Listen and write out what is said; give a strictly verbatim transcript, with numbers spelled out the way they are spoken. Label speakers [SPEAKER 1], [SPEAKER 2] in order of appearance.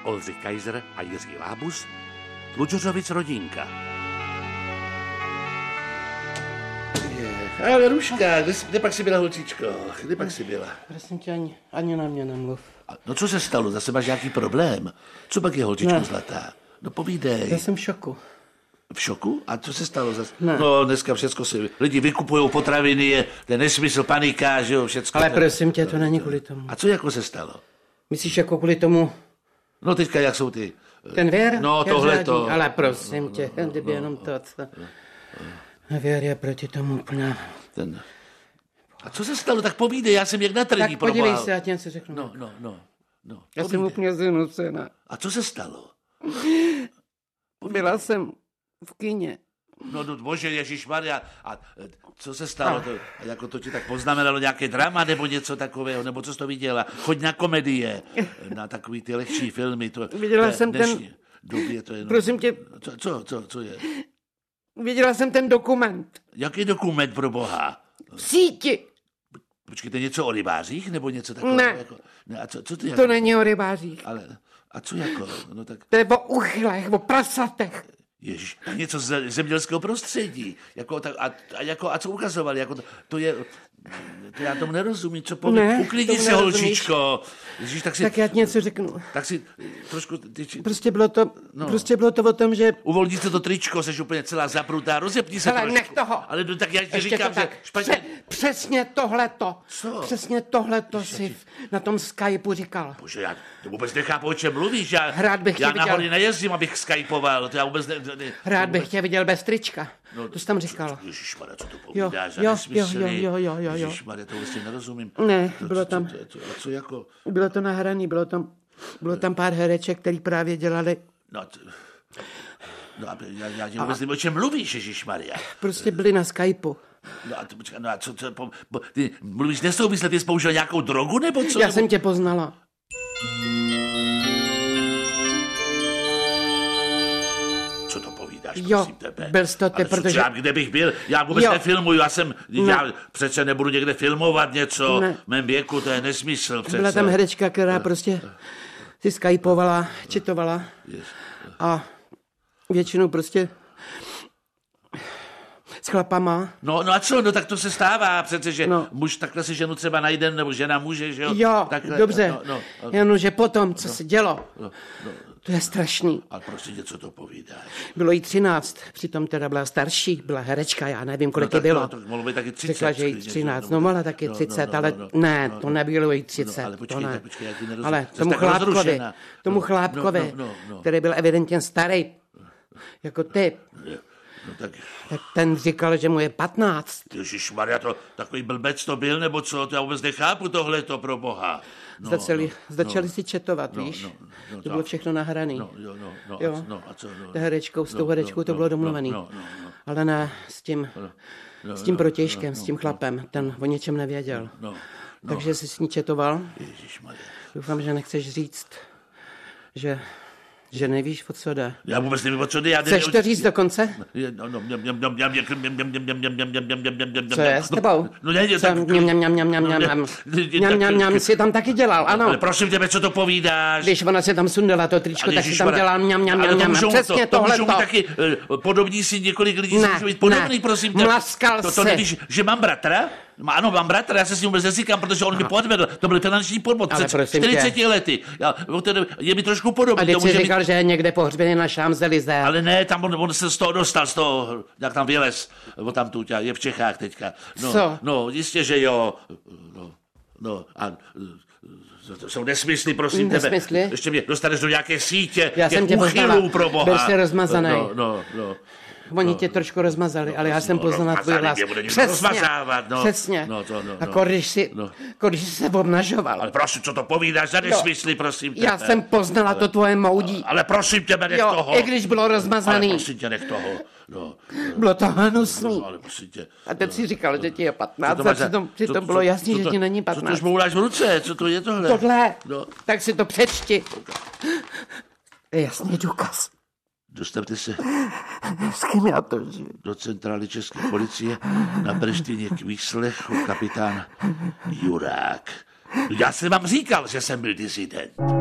[SPEAKER 1] Oldřich Kaiser a Jiří Lábus, Tlučořovic rodinka.
[SPEAKER 2] Ale Ruška, kde, kde pak jsi byla, holčičko? Kde pak jsi byla?
[SPEAKER 3] Prosím tě, ani, ani na mě nemluv.
[SPEAKER 2] A, no co se stalo? Zase máš nějaký problém? Co pak je, holčičko
[SPEAKER 3] ne.
[SPEAKER 2] zlatá? No povídej.
[SPEAKER 3] Já jsem v šoku.
[SPEAKER 2] V šoku? A co se stalo zase?
[SPEAKER 3] Ne.
[SPEAKER 2] No dneska všecko si lidi vykupujou potraviny, je ten nesmysl, panika, že jo, všecko.
[SPEAKER 3] Ale prosím tě, to není kvůli tomu.
[SPEAKER 2] A co jako se stalo?
[SPEAKER 3] Myslíš jako kvůli tomu?
[SPEAKER 2] No teďka jak jsou ty...
[SPEAKER 3] Ten věr?
[SPEAKER 2] No
[SPEAKER 3] je
[SPEAKER 2] tohle
[SPEAKER 3] řádný.
[SPEAKER 2] to.
[SPEAKER 3] Ale prosím tě, kdyby jenom to, co... Věr je proti tomu úplná.
[SPEAKER 2] Ten... A co se stalo? Tak povídej, já jsem jak na trní.
[SPEAKER 3] Tak podívej se, já ti něco řeknu.
[SPEAKER 2] No, no, no. no
[SPEAKER 3] já jsem úplně znucena.
[SPEAKER 2] A co se stalo?
[SPEAKER 3] Byla jsem v kině.
[SPEAKER 2] No, no bože, ježišmarja, a co se stalo? To, jako to ti tak poznamenalo nějaké drama nebo něco takového, nebo co jsi to viděla? Choď na komedie, na takový ty lehčí filmy. To,
[SPEAKER 3] Viděla
[SPEAKER 2] to
[SPEAKER 3] jsem ten...
[SPEAKER 2] Době to jenom...
[SPEAKER 3] Prosím tě...
[SPEAKER 2] Co, co, co, co je?
[SPEAKER 3] Viděla jsem ten dokument.
[SPEAKER 2] Jaký dokument, pro boha?
[SPEAKER 3] V síti.
[SPEAKER 2] Počkejte, něco o rybářích, nebo něco takového?
[SPEAKER 3] Ne.
[SPEAKER 2] Jako, ne a co, co ty
[SPEAKER 3] To
[SPEAKER 2] jako?
[SPEAKER 3] není o rybářích.
[SPEAKER 2] Ale, a co jako? No tak...
[SPEAKER 3] To je o uchylech, o prasatech.
[SPEAKER 2] Ježiš, něco z zemědělského prostředí. Jako, tak, a, a, jako, a co ukazovali? Jako to, to je... To já tomu nerozumím, co poví.
[SPEAKER 3] Ne,
[SPEAKER 2] Uklidni
[SPEAKER 3] tomu
[SPEAKER 2] se,
[SPEAKER 3] nerozumíš.
[SPEAKER 2] holčičko. Ježiš, tak si...
[SPEAKER 3] Tak já ti něco řeknu.
[SPEAKER 2] Tak si trošku... Ty, či,
[SPEAKER 3] Prostě bylo to,
[SPEAKER 2] No.
[SPEAKER 3] prostě bylo to o tom, že...
[SPEAKER 2] uvolni se to tričko, seš úplně celá zaprutá, rozepni se
[SPEAKER 3] Hele,
[SPEAKER 2] trošku.
[SPEAKER 3] nech toho.
[SPEAKER 2] Ale no, tak já ti
[SPEAKER 3] Ještě
[SPEAKER 2] říkám,
[SPEAKER 3] to
[SPEAKER 2] že
[SPEAKER 3] tak.
[SPEAKER 2] špatně...
[SPEAKER 3] Pře- přesně tohleto.
[SPEAKER 2] Co?
[SPEAKER 3] Přesně tohleto si na tom Skypeu říkal.
[SPEAKER 2] Bože, já vůbec nechápu, o čem mluvíš. Já,
[SPEAKER 3] Rád bych tě
[SPEAKER 2] já
[SPEAKER 3] viděl.
[SPEAKER 2] na hory nejezdím, abych skypoval. To já vůbec ne... ne
[SPEAKER 3] Rád
[SPEAKER 2] vůbec...
[SPEAKER 3] bych tě viděl bez trička.
[SPEAKER 2] No,
[SPEAKER 3] To jsi tam říkal.
[SPEAKER 2] Ježišmarja, co to
[SPEAKER 3] Jo,
[SPEAKER 2] povídáš?
[SPEAKER 3] jo, jo, jo, jo, jo, jo.
[SPEAKER 2] Ježišmarja, to vlastně nerozumím.
[SPEAKER 3] Ne,
[SPEAKER 2] to,
[SPEAKER 3] bylo
[SPEAKER 2] co,
[SPEAKER 3] tam-
[SPEAKER 2] Co, co, co, a co jako...
[SPEAKER 3] Bylo to nahraný, bylo tam, bylo tam pár hereček, který právě dělali,
[SPEAKER 2] No, t... no a já, já ti vůbec nevím, o čem mluvíš, ježišmarja.
[SPEAKER 3] prostě byli na Skypeu.
[SPEAKER 2] No a, to, počkej, no a co, co po, po, ty mluvíš nesouvisle, ty jsi použil nějakou drogu, nebo co?
[SPEAKER 3] Já
[SPEAKER 2] nebo...
[SPEAKER 3] jsem tě poznala.
[SPEAKER 2] Co to povídáš,
[SPEAKER 3] Jo,
[SPEAKER 2] prosím tebe?
[SPEAKER 3] byl jsi to ty,
[SPEAKER 2] Ale co,
[SPEAKER 3] protože-
[SPEAKER 2] já, kde bych byl? Já vůbec
[SPEAKER 3] Jo.
[SPEAKER 2] nefilmuju, já jsem,
[SPEAKER 3] Ne.
[SPEAKER 2] já přece nebudu někde filmovat něco,
[SPEAKER 3] Ne.
[SPEAKER 2] v mém věku, to je nesmysl přece.
[SPEAKER 3] Byla tam herečka, která prostě si skypovala, četovala a většinou prostě s chlapama.
[SPEAKER 2] No, no a co, no tak to se stává přece, že no.
[SPEAKER 3] No.
[SPEAKER 2] muž takhle si ženu třeba najde, nebo žena muže, že jo?
[SPEAKER 3] Jo,
[SPEAKER 2] takhle,
[SPEAKER 3] dobře,
[SPEAKER 2] No, no, no,
[SPEAKER 3] jenomže potom, co se dělo,
[SPEAKER 2] no, no.
[SPEAKER 3] to je strašný.
[SPEAKER 2] Ale prostě něco to povídáš.
[SPEAKER 3] Bylo jí třináct, přitom teda byla starší, byla herečka, já nevím, kolik
[SPEAKER 2] no,
[SPEAKER 3] jí bylo.
[SPEAKER 2] No, to mohlo být taky třicet.
[SPEAKER 3] Řekla, že jí
[SPEAKER 2] klidně,
[SPEAKER 3] třináct,
[SPEAKER 2] že?
[SPEAKER 3] no mohla taky
[SPEAKER 2] No,
[SPEAKER 3] třicet,
[SPEAKER 2] no, no,
[SPEAKER 3] ale
[SPEAKER 2] no,
[SPEAKER 3] ne,
[SPEAKER 2] no,
[SPEAKER 3] to
[SPEAKER 2] no.
[SPEAKER 3] nebylo jí třicet,
[SPEAKER 2] No, ale počkej,
[SPEAKER 3] to ne.
[SPEAKER 2] tak počkej, já ti nerozumím.
[SPEAKER 3] Ale
[SPEAKER 2] Jsi
[SPEAKER 3] tomu
[SPEAKER 2] tak
[SPEAKER 3] chlápkovi,
[SPEAKER 2] rozrušená.
[SPEAKER 3] tomu
[SPEAKER 2] No,
[SPEAKER 3] chlápkovi,
[SPEAKER 2] no, no, no.
[SPEAKER 3] který byl evidentně starý, jako ty,
[SPEAKER 2] No tak,
[SPEAKER 3] tak ten říkal, že mu je patnáct.
[SPEAKER 2] ježišmarja, to takový blbec to byl, nebo co? To já vůbec nechápu tohleto, pro boha. No,
[SPEAKER 3] Začali,
[SPEAKER 2] no,
[SPEAKER 3] začali
[SPEAKER 2] no,
[SPEAKER 3] si četovat,
[SPEAKER 2] no,
[SPEAKER 3] víš?
[SPEAKER 2] no, no,
[SPEAKER 3] To
[SPEAKER 2] tak.
[SPEAKER 3] bylo všechno nahraný.
[SPEAKER 2] No, jo, no, no,
[SPEAKER 3] Jo.
[SPEAKER 2] A, no, a co? No,
[SPEAKER 3] Ta herečkou, s tou
[SPEAKER 2] no,
[SPEAKER 3] herečkou
[SPEAKER 2] no,
[SPEAKER 3] to bylo
[SPEAKER 2] no,
[SPEAKER 3] domluvený.
[SPEAKER 2] No, no, no,
[SPEAKER 3] Ale ne s tím,
[SPEAKER 2] no,
[SPEAKER 3] s tím
[SPEAKER 2] no,
[SPEAKER 3] protějškem,
[SPEAKER 2] no,
[SPEAKER 3] s tím chlapem. Ten o něčem nevěděl.
[SPEAKER 2] no, no.
[SPEAKER 3] Takže jsi s ní četoval.
[SPEAKER 2] Ježišmarja.
[SPEAKER 3] Doufám, že nechceš říct, že, že nevíš, o co jde.
[SPEAKER 2] Já vůbec nevím, o co jde. Já
[SPEAKER 3] Chceš to říct dokonce?
[SPEAKER 2] No, no, mňam, mňam, mňam, mňam, mňam, mňam, mňam, mňam, mňam, mňam, mňam, mňam, mňam,
[SPEAKER 3] Co je s tebou?
[SPEAKER 2] No ne,
[SPEAKER 3] Co?
[SPEAKER 2] tak...
[SPEAKER 3] Mňam, mňam, mňam, mňam, mňam, mňam, mňam. Mňam, mňam, mňam, si tam taky dělal,
[SPEAKER 2] Ale
[SPEAKER 3] ano.
[SPEAKER 2] prosím tebe, co to povídáš?
[SPEAKER 3] Když ona si tam sundala to tričko,
[SPEAKER 2] Ale
[SPEAKER 3] tak si tam
[SPEAKER 2] ježišmarja,
[SPEAKER 3] dělal mňam, mňam,
[SPEAKER 2] ale
[SPEAKER 3] mňam,
[SPEAKER 2] to
[SPEAKER 3] mňam.
[SPEAKER 2] můžou-
[SPEAKER 3] Přesně
[SPEAKER 2] to, to můžou
[SPEAKER 3] tohleto.
[SPEAKER 2] mít taky eh, podobní si, několik lidí si
[SPEAKER 3] Ne,
[SPEAKER 2] můžou být podobný,
[SPEAKER 3] ne.
[SPEAKER 2] prosím tebe.
[SPEAKER 3] Mlaskal
[SPEAKER 2] to, to
[SPEAKER 3] si.
[SPEAKER 2] nevíš, že mám bratra? Má- Ano, mám bratra, já se s ním vůbec neříkám, protože on mi podvedl. To byl finanční podvod
[SPEAKER 3] Ale
[SPEAKER 2] před
[SPEAKER 3] prosím tě.
[SPEAKER 2] čtyřiceti lety. Já, od té doby- je mi trošku
[SPEAKER 3] A
[SPEAKER 2] podobný.
[SPEAKER 3] teď
[SPEAKER 2] to
[SPEAKER 3] si
[SPEAKER 2] může být-
[SPEAKER 3] říkal, že je někde pohřbený na Champs-Élysées.
[SPEAKER 2] Ale ne, tam on, on se z toho dostal, z toho, jak tam vylez, on tam tu je v Čechách teďka. No,
[SPEAKER 3] Co?
[SPEAKER 2] No, jistě, že jo. No, no a to jsou nesmysly, prosím
[SPEAKER 3] Nesmysly?
[SPEAKER 2] tebe. Ještě mě dostaneš do nějaké sítě,
[SPEAKER 3] Já
[SPEAKER 2] těch
[SPEAKER 3] jsem tě
[SPEAKER 2] uchylů,
[SPEAKER 3] poznala.
[SPEAKER 2] pro boha.
[SPEAKER 3] Byl jsi rozmazanej.
[SPEAKER 2] No, no, no.
[SPEAKER 3] Oni tě trošku rozmazali, ale já jsem
[SPEAKER 2] no,
[SPEAKER 3] poznala tvůj
[SPEAKER 2] rozmazali
[SPEAKER 3] hlas.
[SPEAKER 2] mě, bude někdo rozmazávat, no.
[SPEAKER 3] Přesně.
[SPEAKER 2] No, to, no,
[SPEAKER 3] A
[SPEAKER 2] no.
[SPEAKER 3] když si,
[SPEAKER 2] No.
[SPEAKER 3] když jsi se obnažoval,
[SPEAKER 2] Ale prosím, co to povídáš za nesmysly, prosím tebe.
[SPEAKER 3] já jsem poznala to tvoje moudí.
[SPEAKER 2] Ale prosím tebe, nech
[SPEAKER 3] Jo,
[SPEAKER 2] toho.
[SPEAKER 3] i když bylo
[SPEAKER 2] Ale
[SPEAKER 3] rozmazaný.
[SPEAKER 2] prosím tě, nech toho. No,
[SPEAKER 3] Bylo to hnusný.
[SPEAKER 2] no, ale prosím tě.
[SPEAKER 3] A teď si říkal, že ti je
[SPEAKER 2] Co
[SPEAKER 3] patnáct,
[SPEAKER 2] to
[SPEAKER 3] a
[SPEAKER 2] máš za-
[SPEAKER 3] přitom,
[SPEAKER 2] co-
[SPEAKER 3] přitom
[SPEAKER 2] co-
[SPEAKER 3] bylo jasný,
[SPEAKER 2] co
[SPEAKER 3] že
[SPEAKER 2] to-
[SPEAKER 3] ti není
[SPEAKER 2] Co to
[SPEAKER 3] patnáct.
[SPEAKER 2] žmouláš v ruce? Co to je tohle?
[SPEAKER 3] Tohle,
[SPEAKER 2] No.
[SPEAKER 3] tak si to přečti. Je jasný důkaz.
[SPEAKER 2] Dostavte se
[SPEAKER 3] S kým já to žiju?
[SPEAKER 2] do centrály České policie na Prištině k výslechu kapitán Jurák. Já jsem vám říkal, že jsem byl disident.